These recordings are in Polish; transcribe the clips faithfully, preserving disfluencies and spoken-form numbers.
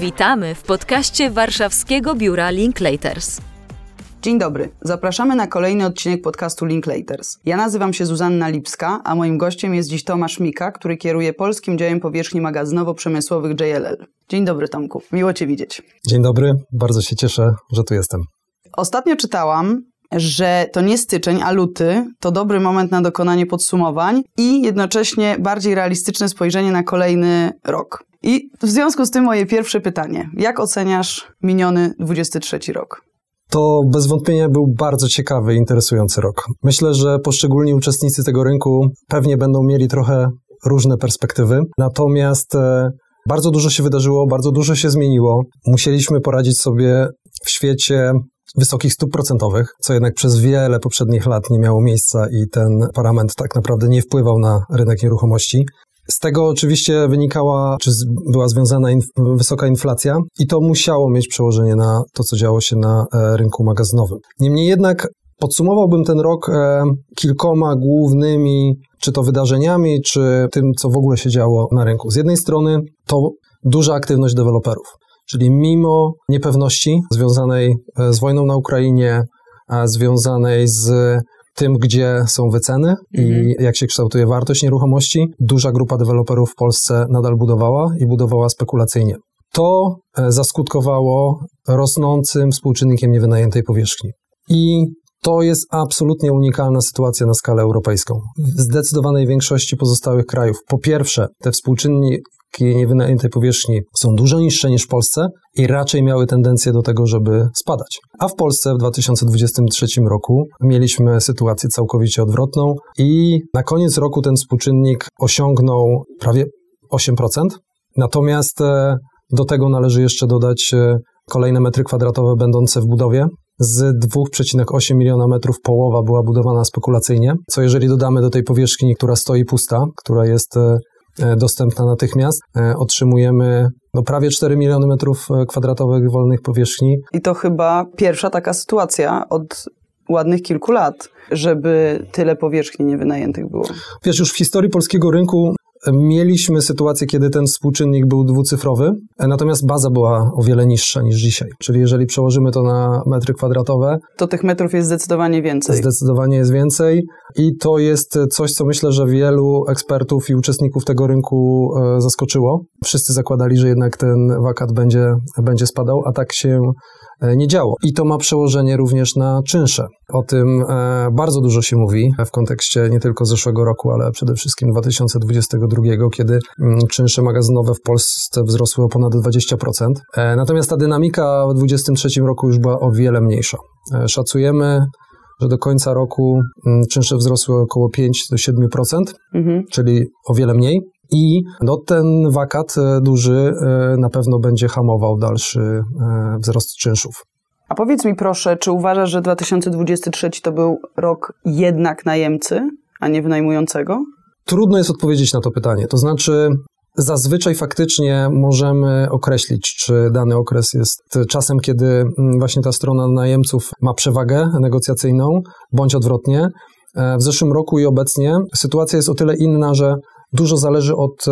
Witamy w podcaście warszawskiego biura Linklaters. Dzień dobry, zapraszamy na kolejny odcinek podcastu Linklaters. Ja nazywam się Zuzanna Lipska, a moim gościem jest dziś Tomasz Mika, który kieruje polskim działem powierzchni magazynowo-przemysłowych J L L. Dzień dobry, Tomku, miło Cię widzieć. Dzień dobry, bardzo się cieszę, że tu jestem. Ostatnio czytałam, że to nie styczeń, a luty to dobry moment na dokonanie podsumowań i jednocześnie bardziej realistyczne spojrzenie na kolejny rok. I w związku z tym moje pierwsze pytanie. Jak oceniasz miniony dwudziesty trzeci rok? To bez wątpienia był bardzo ciekawy i interesujący rok. Myślę, że poszczególni uczestnicy tego rynku pewnie będą mieli trochę różne perspektywy, natomiast e, bardzo dużo się wydarzyło, bardzo dużo się zmieniło. Musieliśmy poradzić sobie w świecie wysokich stóp procentowych, co jednak przez wiele poprzednich lat nie miało miejsca i ten parametr tak naprawdę nie wpływał na rynek nieruchomości. Z tego oczywiście wynikała, czy była związana inf- wysoka inflacja i to musiało mieć przełożenie na to, co działo się na e, rynku magazynowym. Niemniej jednak podsumowałbym ten rok e, kilkoma głównymi, czy to wydarzeniami, czy tym, co w ogóle się działo na rynku. Z jednej strony to duża aktywność deweloperów, czyli mimo niepewności związanej z wojną na Ukrainie, a związanej z tym, gdzie są wyceny i jak się kształtuje wartość nieruchomości, duża grupa deweloperów w Polsce nadal budowała i budowała spekulacyjnie. To zaskutkowało rosnącym współczynnikiem niewynajętej powierzchni. I to jest absolutnie unikalna sytuacja na skalę europejską. W zdecydowanej większości pozostałych krajów, po pierwsze, te współczynniki niewynajętej powierzchni są dużo niższe niż w Polsce i raczej miały tendencję do tego, żeby spadać. A w Polsce w dwa tysiące dwudziestym trzecim roku mieliśmy sytuację całkowicie odwrotną i na koniec roku ten współczynnik osiągnął prawie osiem procent. Natomiast do tego należy jeszcze dodać kolejne metry kwadratowe będące w budowie. Z dwa przecinek osiem miliona metrów połowa była budowana spekulacyjnie, co jeżeli dodamy do tej powierzchni, która stoi pusta, która jest dostępna natychmiast, otrzymujemy no, prawie cztery miliony metrów kwadratowych wolnych powierzchni. I to chyba pierwsza taka sytuacja od ładnych kilku lat, żeby tyle powierzchni niewynajętych było. Wiesz, już w historii polskiego rynku mieliśmy sytuację, kiedy ten współczynnik był dwucyfrowy, natomiast baza była o wiele niższa niż dzisiaj. Czyli jeżeli przełożymy to na metry kwadratowe, to tych metrów jest zdecydowanie więcej. Zdecydowanie jest więcej i to jest coś, co myślę, że wielu ekspertów i uczestników tego rynku e, zaskoczyło. Wszyscy zakładali, że jednak ten wakat będzie, będzie spadał, a tak się e, nie działo. I to ma przełożenie również na czynsze. O tym e, bardzo dużo się mówi w kontekście nie tylko zeszłego roku, ale przede wszystkim dwa tysiące dwudziestego drugiego, kiedy mm, czynsze magazynowe w Polsce wzrosły o ponad dwadzieścia procent. E, natomiast ta dynamika w dwudziestym trzecim roku już była o wiele mniejsza. E, szacujemy, że do końca roku mm, czynsze wzrosły około pięć do siedmiu procent, mhm. czyli o wiele mniej. I no, ten wakat e, duży e, na pewno będzie hamował dalszy e, wzrost czynszów. A powiedz mi proszę, czy uważasz, że dwa tysiące dwudziesty trzeci to był rok jednak najemcy, a nie wynajmującego? Trudno jest odpowiedzieć na to pytanie. To znaczy, zazwyczaj faktycznie możemy określić, czy dany okres jest czasem, kiedy właśnie ta strona najemców ma przewagę negocjacyjną, bądź odwrotnie. W zeszłym roku i obecnie sytuacja jest o tyle inna, że dużo zależy od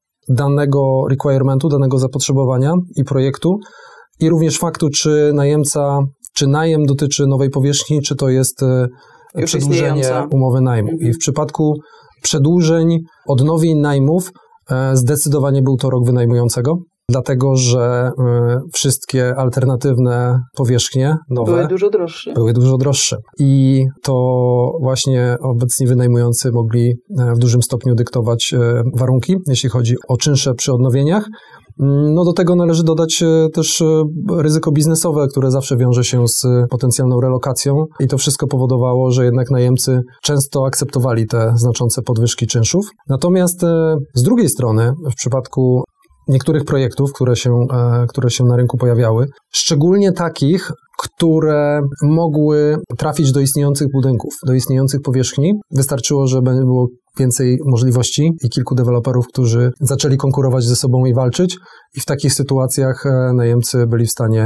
danego requirementu, danego zapotrzebowania i projektu, i również faktu, czy najemca, czy najem dotyczy nowej powierzchni, czy to jest już przedłużenie umowy najmu. I w przypadku przedłużeń, odnowień najmów zdecydowanie był to rok wynajmującego, dlatego że wszystkie alternatywne powierzchnie nowe były dużo droższe. Były dużo droższe. I to właśnie obecni wynajmujący mogli w dużym stopniu dyktować warunki, jeśli chodzi o czynsze przy odnowieniach. No do tego należy dodać też ryzyko biznesowe, które zawsze wiąże się z potencjalną relokacją i to wszystko powodowało, że jednak najemcy często akceptowali te znaczące podwyżki czynszów. Natomiast z drugiej strony w przypadku niektórych projektów, które się, które się na rynku pojawiały, szczególnie takich, które mogły trafić do istniejących budynków, do istniejących powierzchni. Wystarczyło, że było więcej możliwości i kilku deweloperów, którzy zaczęli konkurować ze sobą i walczyć i w takich sytuacjach najemcy byli w stanie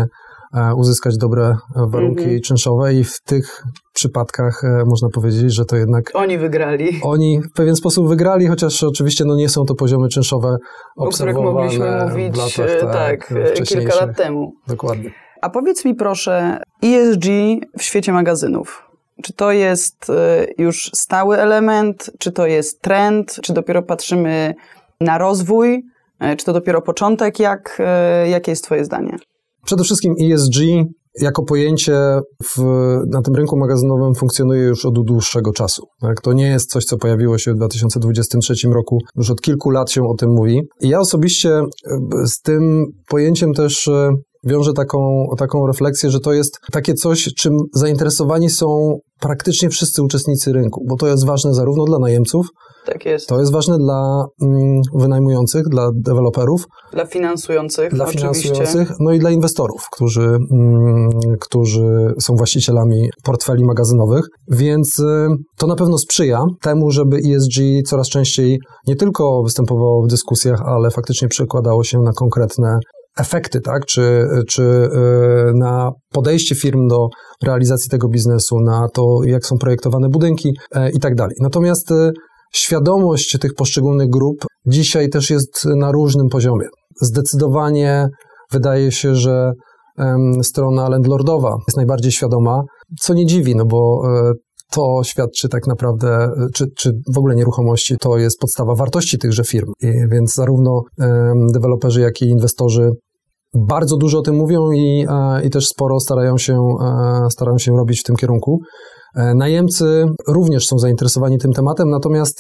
uzyskać dobre warunki Mhm. czynszowe i w tych przypadkach można powiedzieć, że to jednak Oni wygrali. oni w pewien sposób wygrali, chociaż oczywiście no, nie są to poziomy czynszowe O których obserwowane mogliśmy mówić w latach, tak, tak, kilka lat temu. Dokładnie. A powiedz mi proszę, E S G w świecie magazynów. Czy to jest już stały element, czy to jest trend, czy dopiero patrzymy na rozwój, czy to dopiero początek? Jak, jakie jest twoje zdanie? Przede wszystkim E S G jako pojęcie w, na tym rynku magazynowym funkcjonuje już od dłuższego czasu. Tak? To nie jest coś, co pojawiło się w dwa tysiące dwudziestym trzecim roku. Już od kilku lat się o tym mówi. I ja osobiście z tym pojęciem też wiążę taką, taką refleksję, że to jest takie coś, czym zainteresowani są praktycznie wszyscy uczestnicy rynku, bo to jest ważne zarówno dla najemców, Tak jest. to jest ważne dla mm, wynajmujących, dla deweloperów, Dla finansujących dla oczywiście. finansujących, no i dla inwestorów, którzy, mm, którzy są właścicielami portfeli magazynowych, więc y, to na pewno sprzyja temu, żeby E S G coraz częściej nie tylko występowało w dyskusjach, ale faktycznie przekładało się na konkretne efekty, tak? Czy, czy yy, na podejście firm do realizacji tego biznesu, na to, jak są projektowane budynki yy, i tak dalej. Natomiast yy, świadomość tych poszczególnych grup dzisiaj też jest na różnym poziomie. Zdecydowanie wydaje się, że yy, strona landlordowa jest najbardziej świadoma, co nie dziwi, no bo yy, to świadczy tak naprawdę, czy, czy w ogóle nieruchomości to jest podstawa wartości tychże firm. I więc zarówno um, deweloperzy, jak i inwestorzy bardzo dużo o tym mówią i, a, i też sporo starają się, a, starają się robić w tym kierunku. E, najemcy również są zainteresowani tym tematem, natomiast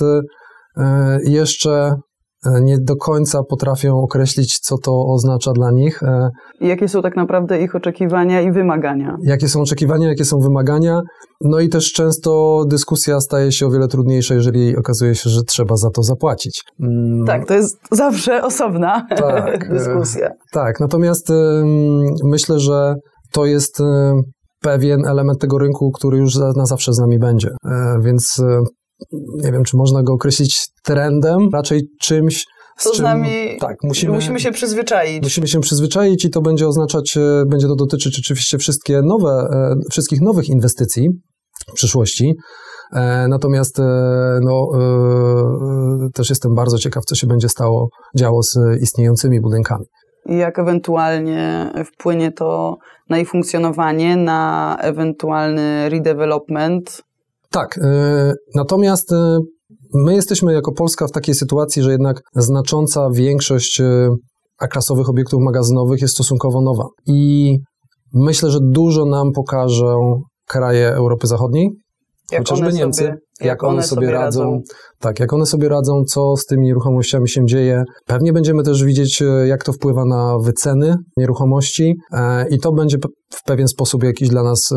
e, jeszcze nie do końca potrafią określić, co to oznacza dla nich. I jakie są tak naprawdę ich oczekiwania i wymagania. Jakie są oczekiwania, jakie są wymagania. No i też często dyskusja staje się o wiele trudniejsza, jeżeli okazuje się, że trzeba za to zapłacić. Mm. Tak, to jest zawsze osobna tak, dyskusja. Tak, natomiast y, myślę, że to jest y, pewien element tego rynku, który już za, na zawsze z nami będzie. Y, więc y, nie wiem, czy można go określić trendem, raczej czymś, Co z, z nami, tak, musimy, musimy się przyzwyczaić. Musimy się przyzwyczaić i to będzie oznaczać, będzie to dotyczyć oczywiście wszystkie nowe, wszystkich nowych inwestycji w przyszłości. Natomiast no, też jestem bardzo ciekaw, co się będzie stało, działo z istniejącymi budynkami. I jak ewentualnie wpłynie to na ich funkcjonowanie, na ewentualny redevelopment? Tak, natomiast my jesteśmy jako Polska w takiej sytuacji, że jednak znacząca większość A-klasowych obiektów magazynowych jest stosunkowo nowa. I myślę, że dużo nam pokażą kraje Europy Zachodniej, jak chociażby Niemcy, sobie, jak, jak one, one sobie radzą. radzą. Tak, jak one sobie radzą, co z tymi nieruchomościami się dzieje. Pewnie będziemy też widzieć, jak to wpływa na wyceny nieruchomości i to będzie w pewien sposób jakiś dla nas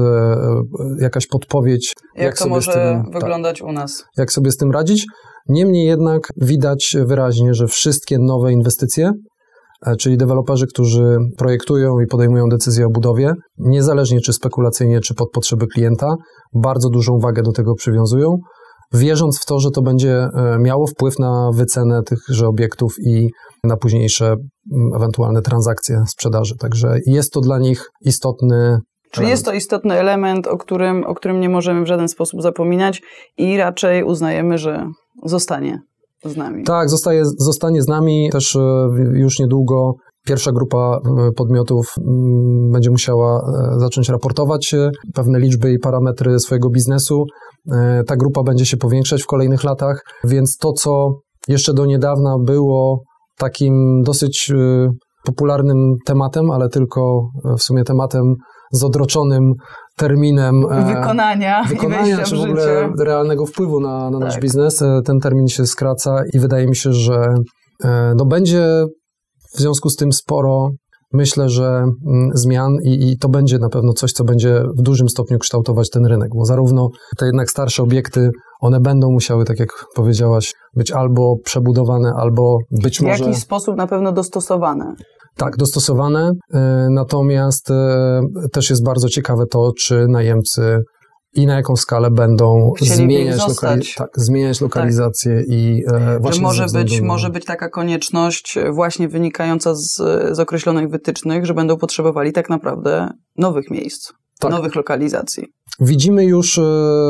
jakaś podpowiedź, jak, jak to sobie może z tym, wyglądać tak, u nas. Jak sobie z tym radzić. Niemniej jednak widać wyraźnie, że wszystkie nowe inwestycje, czyli deweloperzy, którzy projektują i podejmują decyzje o budowie, niezależnie czy spekulacyjnie, czy pod potrzeby klienta, bardzo dużą wagę do tego przywiązują, wierząc w to, że to będzie miało wpływ na wycenę tychże obiektów i na późniejsze ewentualne transakcje sprzedaży. Także jest to dla nich istotny Czyli element. Jest to istotny element, o którym, o którym nie możemy w żaden sposób zapominać i raczej uznajemy, że zostanie z nami. Tak, zostaje, zostanie z nami. Też już niedługo pierwsza grupa podmiotów będzie musiała zacząć raportować pewne liczby i parametry swojego biznesu. Ta grupa będzie się powiększać w kolejnych latach, więc to, co jeszcze do niedawna było takim dosyć popularnym tematem, ale tylko w sumie tematem z odroczonym terminem wykonania, wykonania i czy w ogóle realnego wpływu na, na tak. nasz biznes. Ten termin się skraca i wydaje mi się, że no będzie w związku z tym sporo, myślę, że zmian i, i to będzie na pewno coś, co będzie w dużym stopniu kształtować ten rynek, bo zarówno te jednak starsze obiekty, one będą musiały, tak jak powiedziałaś, być albo przebudowane, albo być może... W jakiś sposób na pewno dostosowane. Tak, dostosowane, natomiast też jest bardzo ciekawe to, czy najemcy i na jaką skalę będą zmieniać, lokali- tak, zmieniać lokalizację tak. i e, właśnie może być, na... może być taka konieczność właśnie wynikająca z, z określonych wytycznych, że będą potrzebowali tak naprawdę nowych miejsc, tak. nowych lokalizacji. Widzimy już,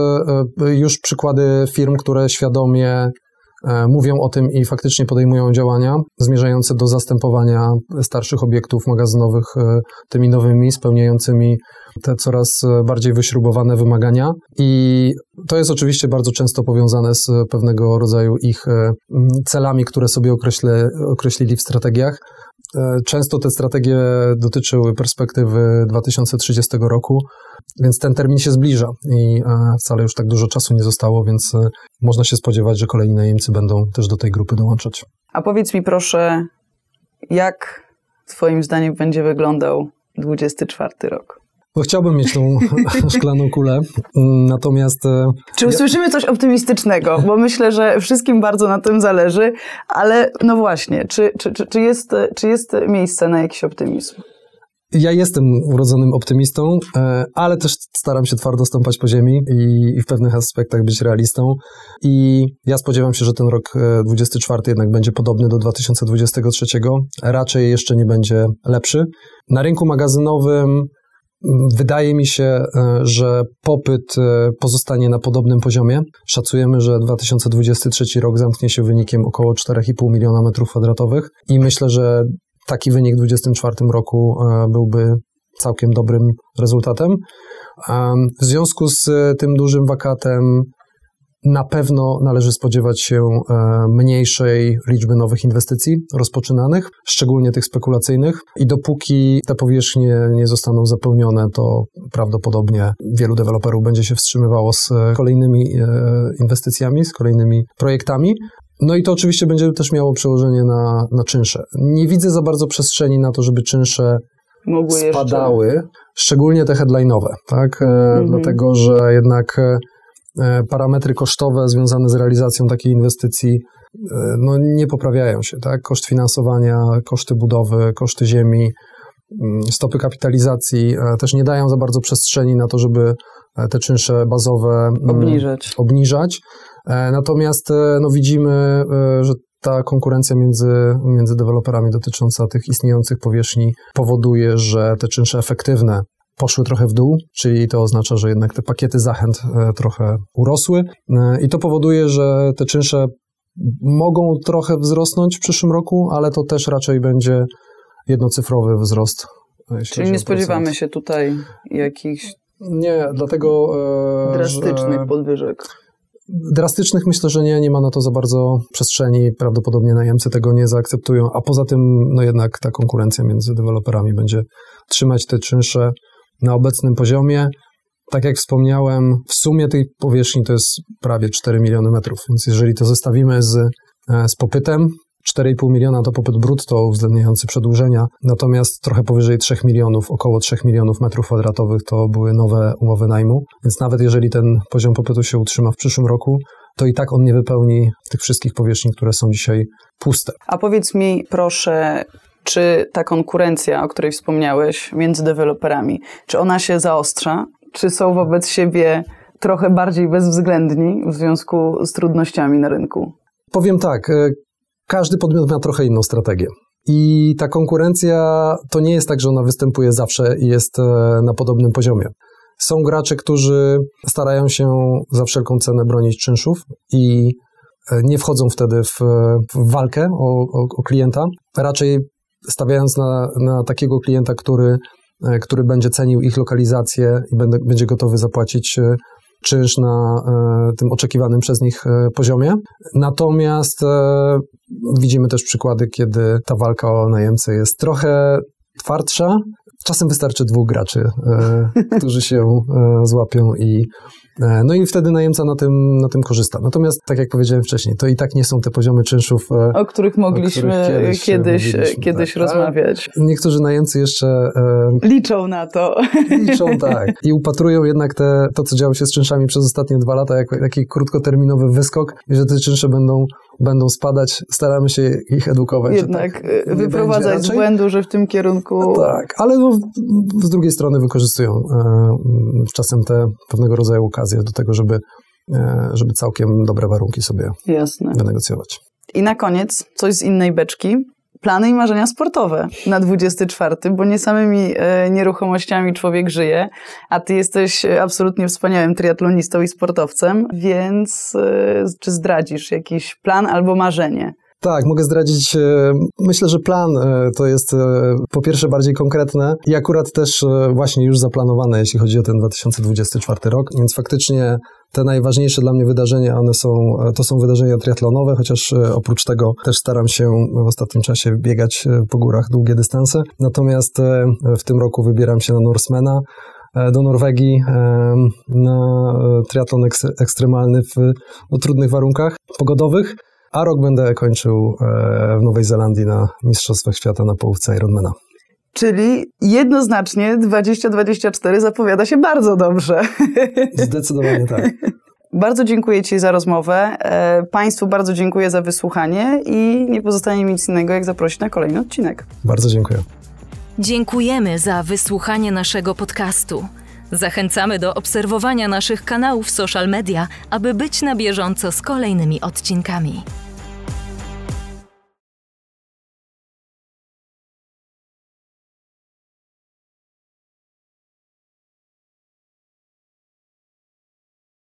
już przykłady firm, które świadomie mówią o tym i faktycznie podejmują działania zmierzające do zastępowania starszych obiektów magazynowych tymi nowymi, spełniającymi te coraz bardziej wyśrubowane wymagania. I to jest oczywiście bardzo często powiązane z pewnego rodzaju ich celami, które sobie określi, określili w strategiach. Często te strategie dotyczyły perspektywy dwa tysiące trzydziestego roku, więc ten termin się zbliża i wcale już tak dużo czasu nie zostało, więc można się spodziewać, że kolejni najemcy będą też do tej grupy dołączać. A powiedz mi proszę, jak twoim zdaniem będzie wyglądał dwudziesty czwarty rok? No chciałbym mieć tą szklaną kulę, natomiast... Czy usłyszymy coś optymistycznego? Bo myślę, że wszystkim bardzo na tym zależy, ale no właśnie, czy, czy, czy, czy, jest, czy jest miejsce na jakiś optymizm? Ja jestem urodzonym optymistą, ale też staram się twardo stąpać po ziemi i, i w pewnych aspektach być realistą. I ja spodziewam się, że ten rok dwudziesty czwarty jednak będzie podobny do dwa tysiące dwudziestego trzeciego. Raczej jeszcze nie będzie lepszy. Na rynku magazynowym wydaje mi się, że popyt pozostanie na podobnym poziomie. Szacujemy, że dwa tysiące dwudziesty trzeci rok zamknie się wynikiem około cztery i pół miliona metrów kwadratowych i myślę, że taki wynik w dwudziestym czwartym roku byłby całkiem dobrym rezultatem. W związku z tym dużym wakatem na pewno należy spodziewać się mniejszej liczby nowych inwestycji rozpoczynanych, szczególnie tych spekulacyjnych. I dopóki te powierzchnie nie zostaną zapełnione, to prawdopodobnie wielu deweloperów będzie się wstrzymywało z kolejnymi inwestycjami, z kolejnymi projektami. No i to oczywiście będzie też miało przełożenie na, na czynsze. Nie widzę za bardzo przestrzeni na to, żeby czynsze Mogły spadały, jeszcze. Szczególnie te headline'owe, tak? Mhm. Dlatego, że jednak parametry kosztowe związane z realizacją takiej inwestycji no, nie poprawiają się, tak? Koszt finansowania, koszty budowy, koszty ziemi, stopy kapitalizacji też nie dają za bardzo przestrzeni na to, żeby te czynsze bazowe obniżać. obniżać. Natomiast no, widzimy, że ta konkurencja między, między deweloperami dotycząca tych istniejących powierzchni powoduje, że te czynsze efektywne poszły trochę w dół, czyli to oznacza, że jednak te pakiety zachęt trochę urosły i to powoduje, że te czynsze mogą trochę wzrosnąć w przyszłym roku, ale to też raczej będzie jednocyfrowy wzrost. Czyli nie spodziewamy się tutaj jakichś nie, dlatego drastycznych że... podwyżek. Drastycznych myślę, że nie, nie ma na to za bardzo przestrzeni, prawdopodobnie najemcy tego nie zaakceptują, a poza tym no jednak ta konkurencja między deweloperami będzie trzymać te czynsze na obecnym poziomie. Tak jak wspomniałem, w sumie tej powierzchni to jest prawie cztery miliony metrów, więc jeżeli to zestawimy z, z popytem, cztery i pół miliona to popyt brutto uwzględniający przedłużenia, natomiast trochę powyżej trzech milionów, około trzech milionów metrów kwadratowych to były nowe umowy najmu, więc nawet jeżeli ten poziom popytu się utrzyma w przyszłym roku, to i tak on nie wypełni tych wszystkich powierzchni, które są dzisiaj puste. A powiedz mi proszę, czy ta konkurencja, o której wspomniałeś, między deweloperami, czy ona się zaostrza? Czy są wobec siebie trochę bardziej bezwzględni w związku z trudnościami na rynku? Powiem tak, każdy podmiot ma trochę inną strategię. I ta konkurencja to nie jest tak, że ona występuje zawsze i jest na podobnym poziomie. Są gracze, którzy starają się za wszelką cenę bronić czynszów i nie wchodzą wtedy w, w walkę o, o, o klienta, raczej stawiając na, na takiego klienta, który, który będzie cenił ich lokalizację i będzie, będzie gotowy zapłacić czynsz na e, tym oczekiwanym przez nich e, poziomie. Natomiast e, widzimy też przykłady, kiedy ta walka o najemcę jest trochę twardsza. Czasem wystarczy dwóch graczy, e, którzy się e, złapią i e, no i wtedy najemca na tym, na tym korzysta. Natomiast, tak jak powiedziałem wcześniej, to i tak nie są te poziomy czynszów, e, o których mogliśmy o których kiedyś, kiedyś, kiedyś tak, rozmawiać. Niektórzy najemcy jeszcze e, liczą na to. Liczą, tak. I upatrują jednak te, to, co działo się z czynszami przez ostatnie dwa lata, jako taki krótkoterminowy wyskok i że te czynsze będą będą spadać, staramy się ich edukować. Jednak tak wyprowadzać z błędu, że w tym kierunku... No tak, ale no, z drugiej strony wykorzystują e, czasem te pewnego rodzaju okazje do tego, żeby, e, żeby całkiem dobre warunki sobie Jasne. wynegocjować. I na koniec coś z innej beczki. Plany i marzenia sportowe na dwudziesty czwarty, bo nie samymi e, nieruchomościami człowiek żyje, a ty jesteś absolutnie wspaniałym triatlonistą i sportowcem, więc e, czy zdradzisz jakiś plan albo marzenie? Tak, mogę zdradzić. Myślę, że plan to jest po pierwsze bardziej konkretne i akurat też właśnie już zaplanowane, jeśli chodzi o ten dwa tysiące dwudziesty czwarty rok, więc faktycznie te najważniejsze dla mnie wydarzenia, one są, to są wydarzenia triatlonowe, chociaż oprócz tego też staram się w ostatnim czasie biegać po górach długie dystanse. Natomiast w tym roku wybieram się na Norsemana do Norwegii na triatlon ekstremalny w no, trudnych warunkach pogodowych. A rok będę kończył w Nowej Zelandii na Mistrzostwach Świata na połówce Ironmana. Czyli jednoznacznie dwadzieścia dwadzieścia cztery zapowiada się bardzo dobrze. Zdecydowanie tak. Bardzo dziękuję Ci za rozmowę. Państwu bardzo dziękuję za wysłuchanie i nie pozostaje mi nic innego, jak zaprosić na kolejny odcinek. Bardzo dziękuję. Dziękujemy za wysłuchanie naszego podcastu. Zachęcamy do obserwowania naszych kanałów social media, aby być na bieżąco z kolejnymi odcinkami.